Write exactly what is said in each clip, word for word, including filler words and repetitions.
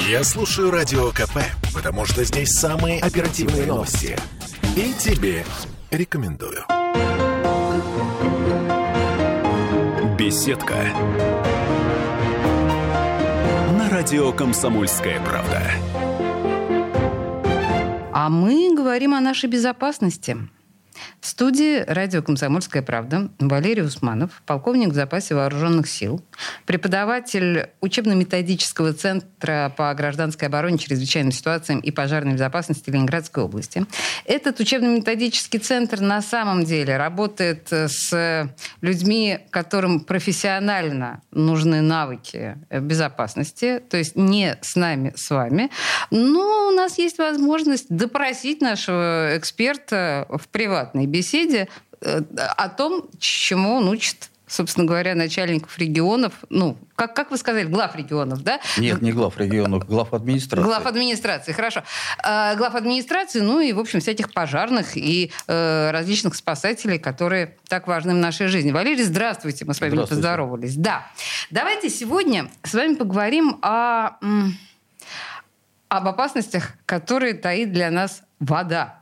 Я слушаю Радио КП, потому что здесь самые оперативные новости. И тебе рекомендую. Беседка. На радио «Комсомольская правда». А мы говорим о нашей безопасности. В студии радио «Комсомольская правда» Валерий Усманов, полковник в запасе вооруженных сил, преподаватель учебно-методического центра по гражданской обороне, чрезвычайным ситуациям и пожарной безопасности Ленинградской области. Этот учебно-методический центр на самом деле работает с людьми, которым профессионально нужны навыки безопасности, то есть не с нами, с вами. Но у нас есть возможность допросить нашего эксперта в приватной беседе о том, чему он учит, собственно говоря, начальников регионов, ну, как, как вы сказали, глав регионов, да? Нет, не глав регионов, глав администрации. Глав администрации, хорошо. А, глав администрации, ну и, в общем, всяких пожарных и э, различных спасателей, которые так важны в нашей жизни. Валерий, здравствуйте, мы с вами не поздоровались. Да. Давайте сегодня с вами поговорим о, м, об опасностях, которые таит для нас вода.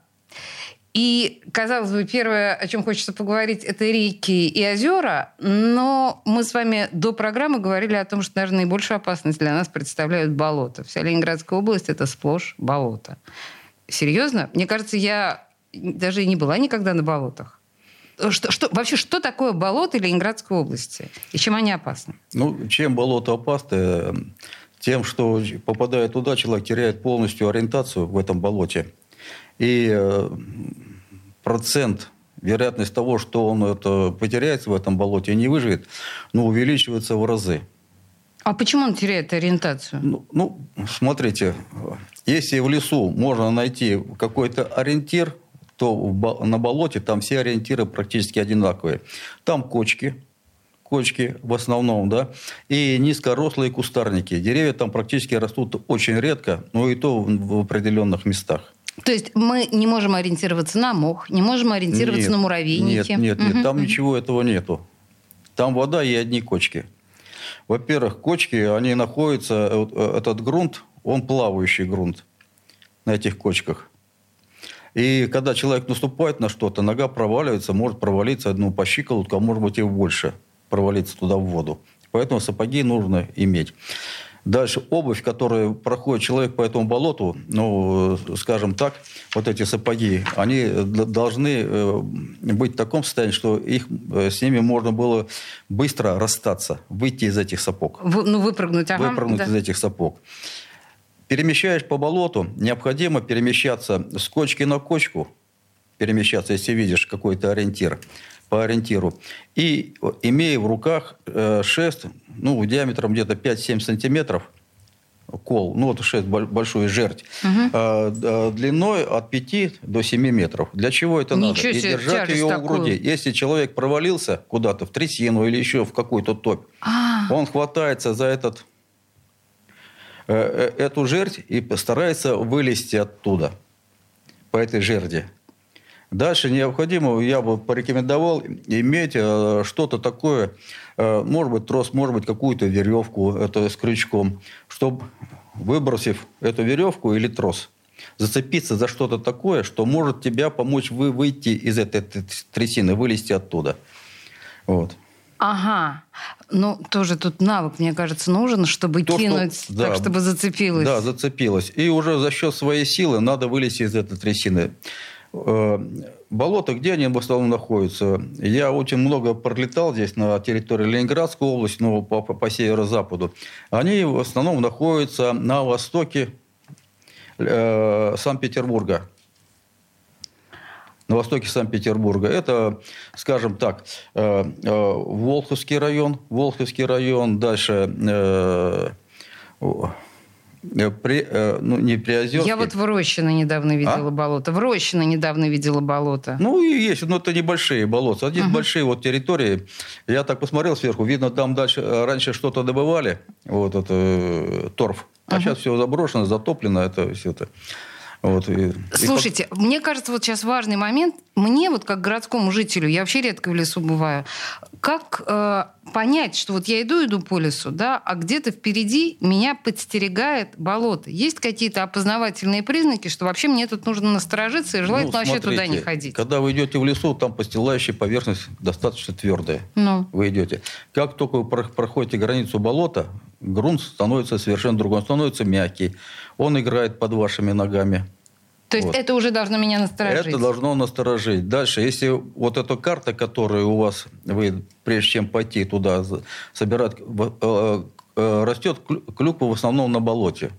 И, казалось бы, первое, о чем хочется поговорить, это реки и озера, но мы с вами до программы говорили о том, что, наверное, наибольшую опасность для нас представляют болота. Вся Ленинградская область – это сплошь болото. Серьезно? Мне кажется, я даже и не была никогда на болотах. Что, что, вообще, что такое болото Ленинградской области? И чем они опасны? Ну, чем болото опасны? Тем, что, попадая туда, человек теряет полностью ориентацию в этом болоте. И процент, вероятность того, что он это потеряется в этом болоте и не выживет, ну, увеличивается в разы. А почему он теряет ориентацию? Ну, ну, смотрите, если в лесу можно найти какой-то ориентир, то в, на болоте там все ориентиры практически одинаковые. Там кочки, кочки в основном, да, и низкорослые кустарники. Деревья там практически растут очень редко, но и то в, в определенных местах. То есть мы не можем ориентироваться на мох, не можем ориентироваться нет, на муравейники? Нет, нет, нет, угу, там угу. ничего этого нету. Там вода и одни кочки. Во-первых, кочки, они находятся, этот грунт, он плавающий грунт на этих кочках. И когда человек наступает на что-то, нога проваливается, может провалиться ну, по щиколотку, а может быть и больше, провалиться туда в воду. Поэтому сапоги нужно иметь. Дальше обувь, которую проходит человек по этому болоту, ну, скажем так, вот эти сапоги, они должны быть в таком состоянии, что их, с ними можно было быстро расстаться, выйти из этих сапог. Вы, ну, выпрыгнуть, ага. Выпрыгнуть да. из этих сапог. Перемещаешь по болоту, необходимо перемещаться с кочки на кочку, перемещаться, если видишь какой-то ориентир, по ориентиру. И имея в руках э, шест, ну, диаметром где-то пять-семь сантиметров, кол, ну, вот шест, большой жердь, угу. э, э, длиной от пяти до семи метров. Для чего это Ничего надо? И держать ее такую. в груди. Если человек провалился куда-то в трясину или еще в какую-то топь, А-а-а. он хватается за этот, э, э, эту жердь и старается вылезти оттуда, по этой жерди. Дальше необходимо, я бы порекомендовал иметь э, что-то такое, э, может быть трос, может быть какую-то веревку это, с крючком, чтобы, выбросив эту веревку или трос, зацепиться за что-то такое, что может тебя помочь вы, выйти из этой, этой трясины, вылезти оттуда. Вот. Ага. Ну, тоже тут навык, мне кажется, нужен, чтобы То, кинуть что, так, да, чтобы зацепилось. Да, зацепилось. И уже за счет своей силы надо вылезти из этой трясины. Болота, где они в основном находятся? Я очень много пролетал здесь на территории Ленинградской области, ну, по, по северо-западу. Они в основном находятся на востоке э, Санкт-Петербурга. На востоке Санкт-Петербурга. Это, скажем так, э, э, Волховский район, Волховский район, дальше... Э, При, ну, не Приозерске. Я вот в Рощино недавно видела а? болото. В Рощино недавно видела болото. Ну, и есть, но это небольшие болота. Здесь uh-huh. большие вот территории. Я так посмотрел сверху. Видно, там дальше раньше что-то добывали. Вот это торф. А uh-huh. сейчас все заброшено, затоплено. Это все это. Вот, и, Слушайте, и... мне кажется, вот сейчас важный момент. Мне, вот как городскому жителю, я вообще редко в лесу бываю, Как э, понять, что вот я иду, иду по лесу, да, а где-то впереди меня подстерегает болото? Есть какие-то опознавательные признаки, что вообще мне тут нужно насторожиться и желательно ну, вообще туда не ходить? Когда вы идете в лесу, там постилающая поверхность достаточно твердая. Ну. Вы идете. Как только вы проходите границу болота, грунт становится совершенно другой. Он становится мягкий. Он играет под вашими ногами. То есть вот. Это уже должно меня насторожить? Это должно насторожить. Дальше, если вот эта карта, которая у вас, вы прежде чем пойти туда собирать, растет клюква в основном на болоте.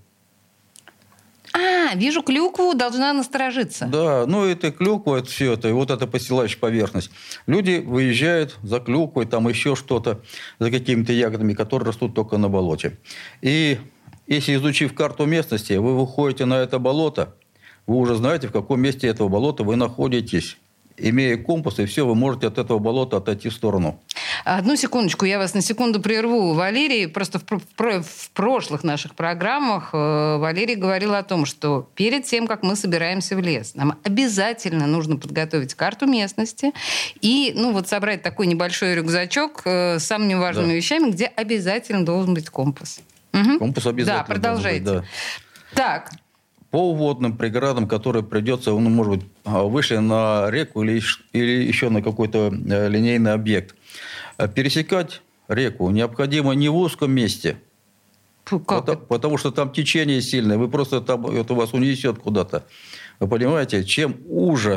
А, вижу клюкву, должна насторожиться. Да, ну это клюква, это все это, и вот эта постилающая поверхность. Люди выезжают за клюквой, там еще что-то, за какими-то ягодами, которые растут только на болоте. И если, изучив карту местности, вы выходите на это болото, вы уже знаете, в каком месте этого болота вы находитесь. Имея компас, и все, вы можете от этого болота отойти в сторону. Одну секундочку, я вас на секунду прерву. Валерий, просто в, в, в прошлых наших программах э, Валерий говорил о том, что перед тем, как мы собираемся в лес, нам обязательно нужно подготовить карту местности и ну, вот собрать такой небольшой рюкзачок э, с самыми важными да. вещами, где обязательно должен быть компас. Угу. Компас обязательно. Да, продолжайте. Быть, да. Так. По водным преградам, которые придется, ну, может быть, вышли на реку или, или еще на какой-то линейный объект. Пересекать реку необходимо не в узком месте, потому, потому что там течение сильное, вы просто там, это вас унесет куда-то. Вы понимаете, чем уже,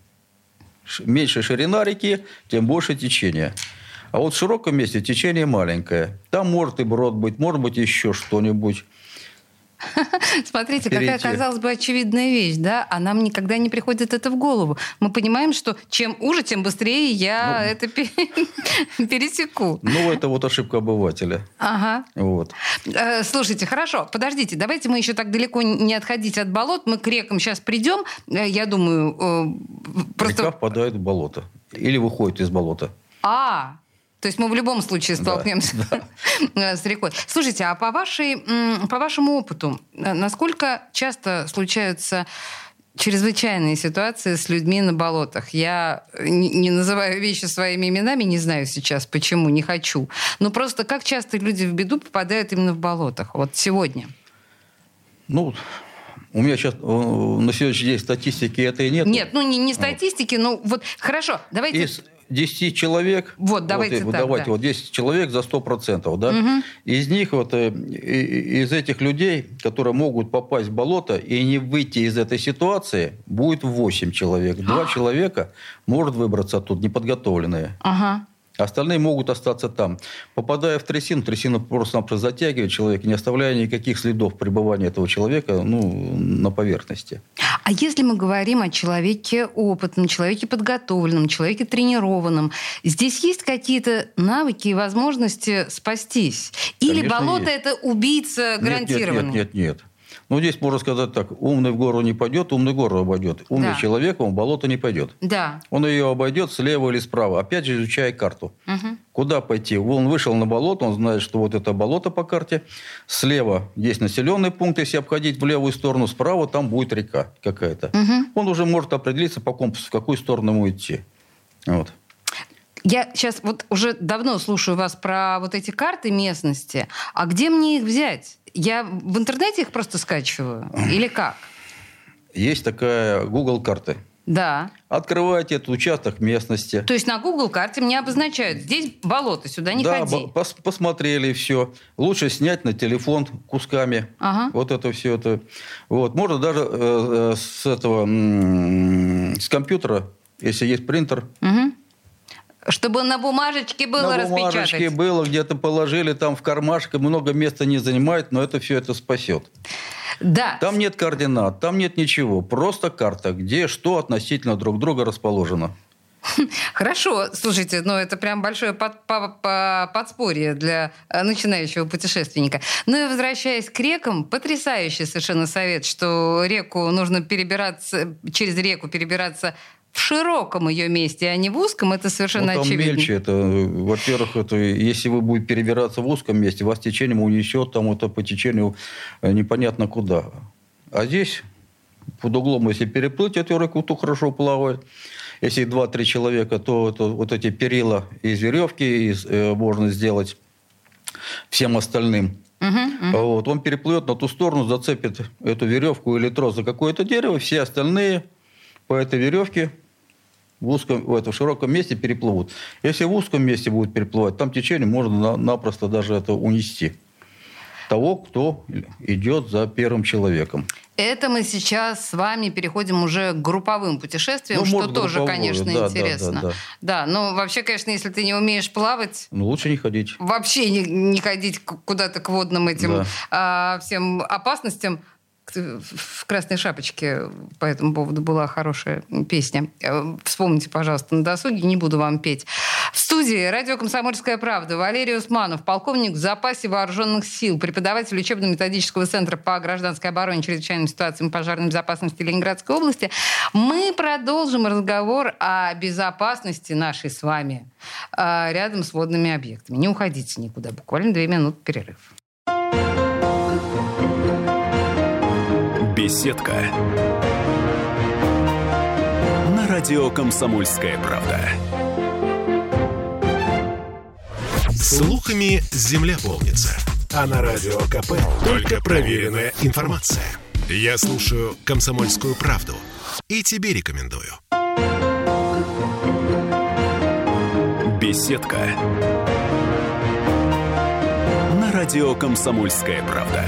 меньше ширина реки, тем больше течение. А вот в широком месте течение маленькое. Там может и брод быть, может быть еще что-нибудь. Смотрите, перейти. Какая, казалось бы, очевидная вещь, да? А нам никогда не приходит это в голову. Мы понимаем, что чем уже, тем быстрее я ну, это пересеку. Ну, это вот ошибка обывателя. Ага. Вот. Слушайте, хорошо, подождите, давайте мы еще так далеко не отходить от болот. Мы к рекам сейчас придем. Я думаю, просто... Река впадает в болото. Или выходит из болота. А, то есть мы в любом случае столкнемся да, да. с рекой. Слушайте, а по, вашей, по вашему опыту, насколько часто случаются чрезвычайные ситуации с людьми на болотах? Я не называю вещи своими именами, не знаю сейчас почему, не хочу. Но просто как часто люди в беду попадают именно в болотах? Вот сегодня. Ну... У меня сейчас на сегодняшний день статистики этой нет. Нет, ну не, не статистики, вот. Ну вот хорошо, давайте... Из десяти человек, вот, давайте, вот, так, давайте да. вот десять человек за сто процентов, да? Угу. Из них, вот, из этих людей, которые могут попасть в болото и не выйти из этой ситуации, будет восемь человек. Два человека могут выбраться оттуда, неподготовленные. Ага. Остальные могут остаться там. Попадая в трясину, трясина просто-напросто затягивает человека, не оставляя никаких следов пребывания этого человека ну, на поверхности. А если мы говорим о человеке опытном, человеке подготовленном, человеке тренированном, здесь есть какие-то навыки и возможности спастись? Или Конечно, болото есть. Это убийца гарантированный? Нет, нет, нет, нет. Ну, здесь можно сказать так. Умный в гору не пойдет, умный гору обойдет. Умный да. человек, он в болото не пойдет. Да. Он ее обойдет слева или справа. Опять же, изучая карту. Угу. Куда пойти? Он вышел на болото, он знает, что вот это болото по карте. Слева есть населенный пункт, если обходить в левую сторону. Справа там будет река какая-то. Угу. Он уже может определиться по компасу, в какую сторону ему идти. Вот. Я сейчас вот уже давно слушаю вас про вот эти карты местности. А где мне их взять? Я в интернете их просто скачиваю? Или как? Есть такая Google карта. Да. Открываете этот участок местности. То есть на Google карте мне обозначают, здесь болото, сюда не да, ходи. Да, пос- посмотрели все. Лучше снять на телефон кусками. Ага. Вот это все это. Вот. Можно даже э, с этого, м- с компьютера, если есть принтер. Угу. Чтобы на бумажечке было на распечатать. На бумажечке было, где-то положили, там в кармашек, много места не занимает, но это все это спасет. Да. Там нет координат, там нет ничего. Просто карта, где что относительно друг друга расположено. Хорошо. Слушайте, ну это прям большое под, под, под, подспорье для начинающего путешественника. Ну и возвращаясь к рекам, потрясающий совершенно совет, что реку нужно перебираться, через реку перебираться в широком ее месте, а не в узком, это совершенно ну, там очевидно. Мельче это, во-первых, это, если вы будете перебираться в узком месте, вас течением унесет, там это по течению непонятно куда. А здесь под углом, если переплыть эту реку, то хорошо плавает. Если два-три человека, то, то вот эти перила из веревки из, э, можно сделать всем остальным. Uh-huh, uh-huh. Вот, он переплывет на ту сторону, зацепит эту веревку или трос за какое-то дерево, все остальные по этой веревке в узком, в этом широком месте переплывут. Если в узком месте будут переплывать, там течение можно на, напросто даже это унести. Того, кто идет за первым человеком. Это мы сейчас с вами переходим уже к групповым путешествиям, ну, что тоже, групповое, конечно, да, интересно. Да, да, да. да, но вообще, конечно, если ты не умеешь плавать... Ну, лучше не ходить. Вообще не, не ходить куда-то к водным этим да. а, всем опасностям. В «Красной шапочке» по этому поводу была хорошая песня. Вспомните, пожалуйста, на досуге, не буду вам петь. В студии радио «Комсомольская правда» Валерий Усманов, полковник в запасе вооруженных сил, преподаватель учебно-методического центра по гражданской обороне, чрезвычайным ситуациям и пожарной безопасности Ленинградской области. Мы продолжим разговор о безопасности нашей с вами рядом с водными объектами. Не уходите никуда, буквально две минуты перерыв. Беседка. На радио «Комсомольская правда». Слухами земля полнится. А на радио КП только проверенная информация. Я слушаю «Комсомольскую правду» и тебе рекомендую. Беседка. На радио «Комсомольская правда».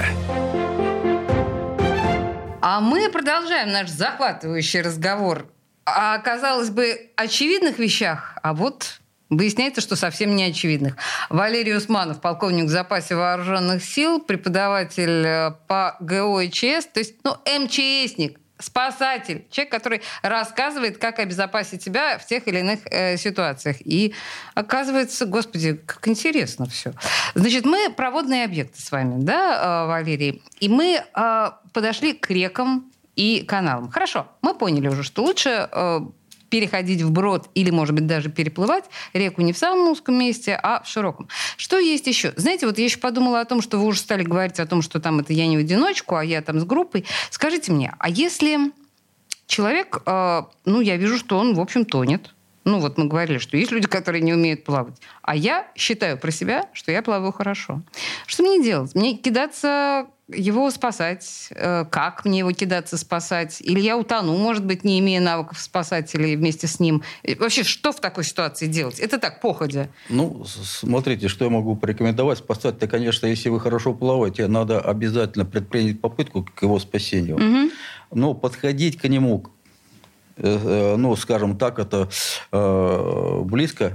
А мы продолжаем наш захватывающий разговор о, казалось бы, очевидных вещах, а вот выясняется, что совсем не очевидных. Валерий Усманов, полковник в запасе вооруженных сил, преподаватель по ГО и ЧС, то есть, ну, МЧСник, спасатель, человек, который рассказывает, как обезопасить себя в тех или иных э, ситуациях. И оказывается, господи, как интересно все. Значит, мы про водные объекты с вами, да, э, Валерий? И мы э, подошли к рекам и каналам. Хорошо, мы поняли уже, что лучше э, переходить вброд или, может быть, даже переплывать реку не в самом узком месте, а в широком. Что есть еще? Знаете, вот я еще подумала о том, что вы уже стали говорить о том, что там это я не в одиночку, а я там с группой. Скажите мне, а если человек, э, ну, я вижу, что он, в общем, тонет. Ну, вот мы говорили, что есть люди, которые не умеют плавать. А я считаю про себя, что я плаваю хорошо. Что мне делать? Мне кидаться его спасать? Как мне его кидаться спасать? Или я утону, может быть, не имея навыков спасателей вместе с ним? И вообще, что в такой ситуации делать? Это так, походя. Ну, смотрите, что я могу порекомендовать. Спасать-то, конечно, если вы хорошо плаваете, надо обязательно предпринять попытку к его спасению. Угу. Но подходить к нему, ну, скажем так, это э, близко,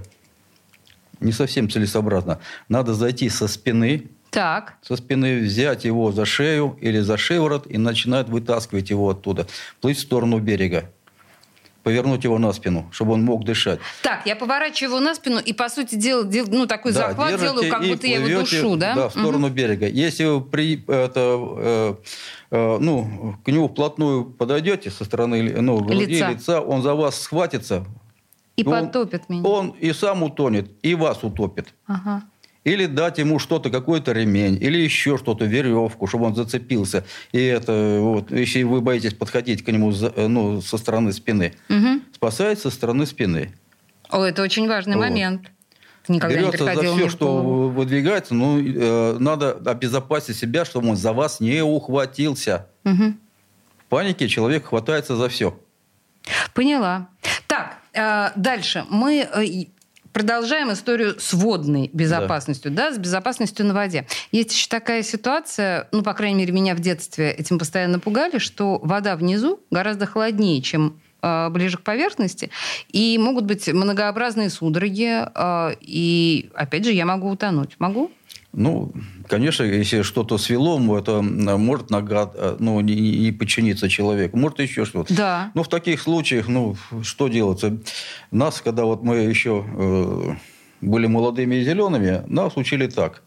не совсем целесообразно. Надо зайти со спины, так. со спины взять его за шею или за шиворот и начинать вытаскивать его оттуда, плыть в сторону берега, повернуть его на спину, чтобы он мог дышать. Так, я поворачиваю его на спину и, по сути дела, дел, ну, такой да, захват делаю, как будто я его душу, да? Да, в сторону угу. берега. Если вы при, это, э, э, ну, к нему вплотную подойдете со стороны ну, груди, лица. лица, он за вас схватится. И он, потопит меня. Он и сам утонет, и вас утопит. Ага. Или дать ему что-то, какой-то ремень, или еще что-то, веревку, чтобы он зацепился. И это, вот, если вы боитесь подходить к нему за, ну, со стороны спины, угу. спасает со стороны спины. О, это очень важный вот. момент. Никогда берется не за все, что выдвигается, но э, надо обезопасить себя, чтобы он за вас не ухватился. Угу. В панике человек хватается за все. Поняла. Так, э, дальше. Мы... Э, Продолжаем историю с водной безопасностью, да. да, с безопасностью на воде. Есть еще такая ситуация, ну, по крайней мере, меня в детстве этим постоянно пугали, что вода внизу гораздо холоднее, чем э, ближе к поверхности, и могут быть многообразные судороги, э, и, опять же, я могу утонуть. Могу? Ну, конечно, если что-то свело, это может нога, ну, не, не подчиниться человеку, может еще что-то. Да. Ну, в таких случаях, ну, что делать? Нас, когда вот мы еще э, были молодыми и зелеными, нас учили так.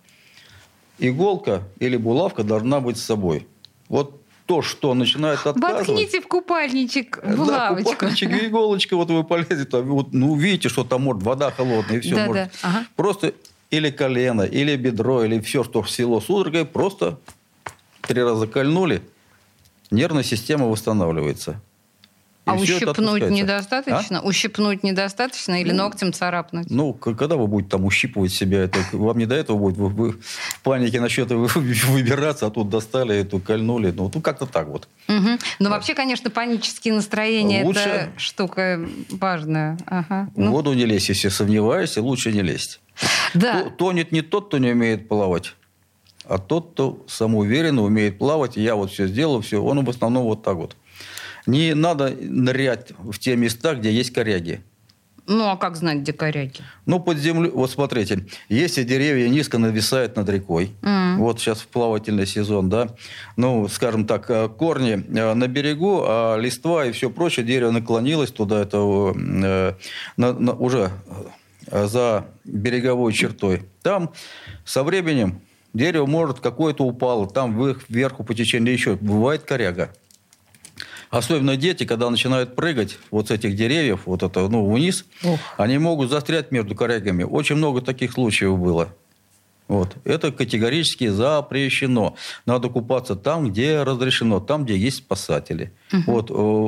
Иголка или булавка должна быть с собой. Вот то, что начинает отказывать... Воткните в купальничек булавочку. Да, купальничек и иголочка, вот вы полезете, вот, ну, видите, что там может вода холодная, и все. Да, может. Да. Ага. Просто... Или колено, или бедро, или все, что свело судорогой, просто три раза кольнули, нервная система восстанавливается. А ущипнуть недостаточно? А? Ущипнуть недостаточно или ну, ногтем царапнуть? Ну, когда вы будете там ущипывать себя, это вам не до этого будет. Вы, вы в панике начнете выбираться, а тут достали, эту кольнули. Ну, ну как-то так вот. Угу. Но да. Вообще, конечно, панические настроения лучше... это штука важная. Ага. В ну. воду не лезь, если сомневаешься, лучше не лезть. Да. Тонет не тот, кто не умеет плавать, а тот, кто самоуверенно умеет плавать. Я вот все сделал, все. Он в основном вот так вот. Не надо нырять в те места, где есть коряги. Ну, а как знать, где коряги? Ну, под землей... Вот смотрите, если деревья низко нависают над рекой, mm. вот сейчас плавательный сезон, да, ну, скажем так, корни на берегу, а листва и все прочее, дерево наклонилось туда, это э, на, на, уже за береговой чертой. Там со временем дерево, может, какое-то упало, там вверх, вверху по течению еще. Бывает коряга. Особенно дети, когда начинают прыгать вот с этих деревьев, вот это, ну, вниз, Ох. они могут застрять между корягами. Очень много таких случаев было. Вот. Это категорически запрещено. Надо купаться там, где разрешено, там, где есть спасатели. Угу. Вот,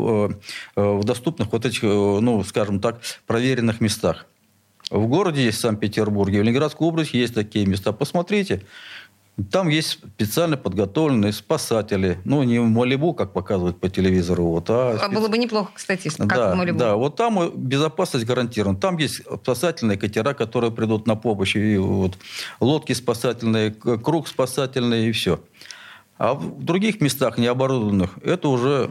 в доступных вот этих, ну, скажем так, проверенных местах. В городе есть, в Санкт-Петербурге, в Ленинградской области есть такие места. Посмотрите. Там есть специально подготовленные спасатели. Ну, не в Малибу, как показывают по телевизору. Вот, а специ... Было бы неплохо, кстати, как да, в Малибу. Да, вот там безопасность гарантирована. Там есть спасательные катера, которые придут на помощь. И вот, лодки спасательные, круг спасательный и все. А в других местах, необорудованных, это уже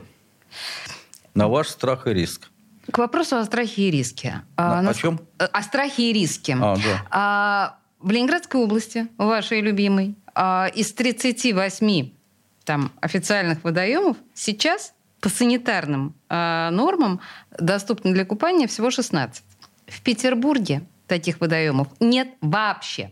на ваш страх и риск. К вопросу о страхе и риске. А, о чем? О страхе и риске. А, да. А, в Ленинградской области, вашей любимой, из тридцати восьми там, официальных водоемов сейчас по санитарным э, нормам доступно для купания всего шестнадцать. В Петербурге таких водоемов нет вообще.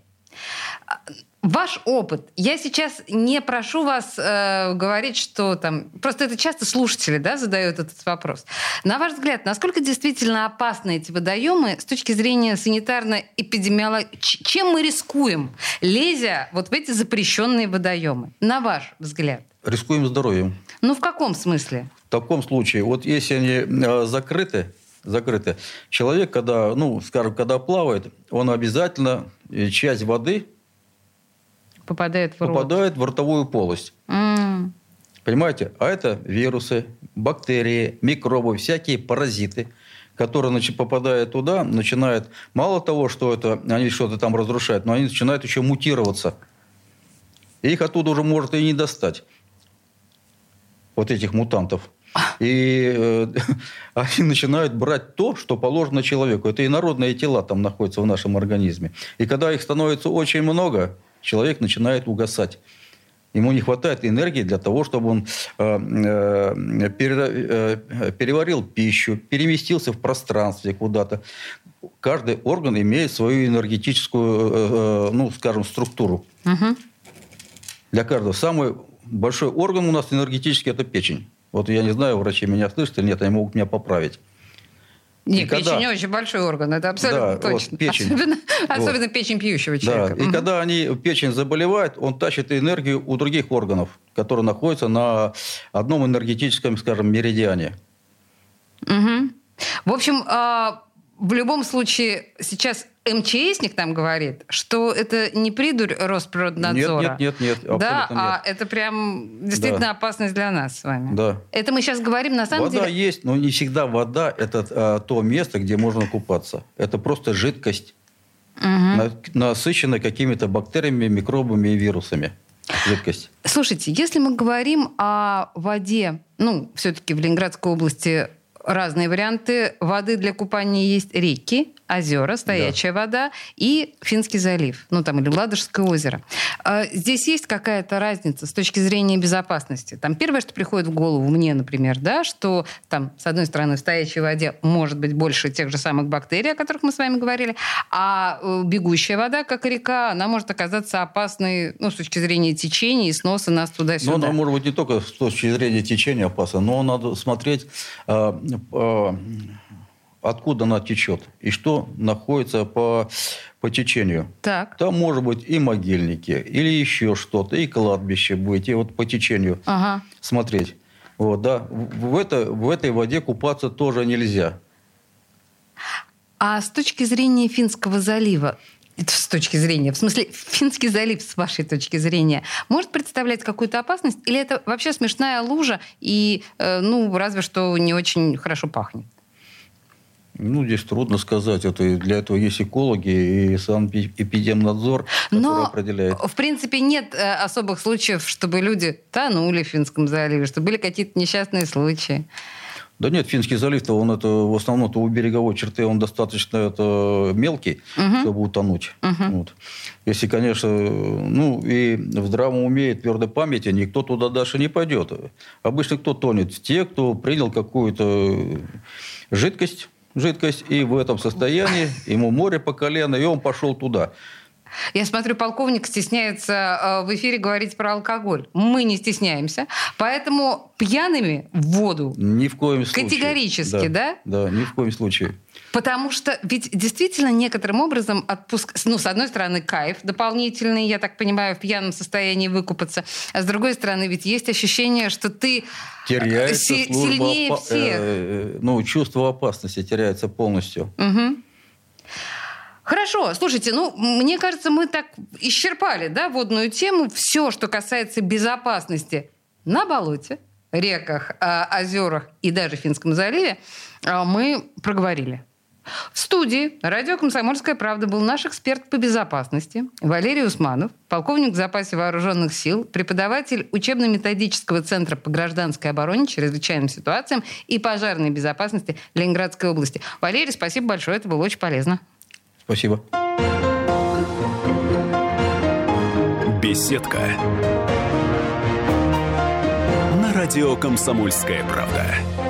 Ваш опыт. Я сейчас не прошу вас э, говорить, что там... Просто это часто слушатели, да, задают этот вопрос. На ваш взгляд, насколько действительно опасны эти водоемы с точки зрения санитарно-эпидемиологии? Чем мы рискуем, лезя вот в эти запрещенные водоемы? На ваш взгляд. Рискуем здоровьем. Ну, в каком смысле? В таком случае, вот если они э, закрыты, закрыты, человек, когда, ну, скажем, когда плавает, он обязательно часть воды... Попадает в рот. Попадает в ротовую полость. Mm. Понимаете? А это вирусы, бактерии, микробы, всякие паразиты, которые значит, попадают туда, начинают... Мало того, что это, они что-то там разрушают, но они начинают еще мутироваться. И их оттуда уже может и не достать. Вот этих мутантов. И э, они начинают брать то, что положено человеку. Это инородные тела там находятся в нашем организме. И когда их становится очень много... человек начинает угасать. Ему не хватает энергии для того, чтобы он э, э, пере, э, переварил пищу, переместился в пространстве куда-то. Каждый орган имеет свою энергетическую, э, ну, скажем, структуру. Угу. Для каждого. Самый большой орган у нас энергетический – это печень. Вот я не знаю, врачи меня слышат или нет, они могут меня поправить. Нет, печень когда... очень большой орган, это абсолютно да, точно. Вот, печень. Особенно, вот. особенно печень пьющего человека. Да. И угу. когда они, печень заболевает, он тащит энергию у других органов, которые находятся на одном энергетическом, скажем, меридиане. Угу. В общем, в любом случае сейчас МЧСник нам говорит, что это не придурь Росприроднадзора. Нет, нет, нет, нет. Да, нет. а это прям действительно да. опасность для нас с вами. Да. Это мы сейчас говорим на самом вода деле... Вода есть, но не всегда вода – это а, то место, где можно купаться. Это просто жидкость, угу. на, насыщенная какими-то бактериями, микробами и вирусами. Жидкость. Слушайте, если мы говорим о воде, ну, все-таки в Ленинградской области разные варианты воды для купания есть: реки, озера, стоячая да. вода и Финский залив, ну там или Ладожское озеро. Здесь есть какая-то разница с точки зрения безопасности? Там первое, что приходит в голову мне, например, да, что там, с одной стороны, в стоячей воде может быть больше тех же самых бактерий, о которых мы с вами говорили, а бегущая вода, как река, она может оказаться опасной, ну, с точки зрения течения и сноса нас туда-сюда. Но она может быть не только с точки зрения течения опасна, но надо смотреть... откуда она течет и что находится по, по течению. Так. Там может быть и могильники, или еще что-то, и кладбище будет, и вот по течению ага. смотреть. Вот, да. В, это, в этой воде купаться тоже нельзя. А с точки зрения Финского залива, с точки зрения, в смысле, Финский залив, с вашей точки зрения, может представлять какую-то опасность? Или это вообще смешная лужа и, э, ну, разве что не очень хорошо пахнет? Ну, здесь трудно сказать. Это, для этого есть экологи и санэпидемнадзор, который Но, определяет. В принципе, нет э, особых случаев, чтобы люди тонули в Финском заливе, чтобы были какие-то несчастные случаи. Да нет, Финский залив-то, он это в основном-то у береговой черты, он достаточно это, мелкий, угу. чтобы утонуть. Угу. Вот. Если, конечно, ну и в здравом уме и твердой памяти никто туда дальше не пойдет. Обычно кто тонет? Те, кто принял какую-то жидкость, жидкость, и в этом состоянии ему море по колено, и он пошел туда. Я смотрю, полковник стесняется в эфире говорить про алкоголь. Мы не стесняемся. Поэтому пьяными в воду ни в коем случае. Категорически, да? Да, да, ни в коем случае. Потому что ведь действительно некоторым образом отпуск... Ну, с одной стороны, кайф дополнительный, я так понимаю, в пьяном состоянии выкупаться. А с другой стороны, ведь есть ощущение, что ты теряется си- сильнее опа- всех. Э, ну, чувство опасности теряется полностью. Угу. Хорошо, слушайте, ну, мне кажется, мы так исчерпали, да, водную тему. Все, что касается безопасности на болоте, реках, озерах и даже Финском заливе, мы проговорили. В студии радио «Комсомольская правда» был наш эксперт по безопасности Валерий Усманов, полковник в запасе вооруженных сил, преподаватель учебно-методического центра по гражданской обороне, чрезвычайным ситуациям и пожарной безопасности Ленинградской области. Валерий, спасибо большое, это было очень полезно. Спасибо. Беседка. На радио «Комсомольская правда».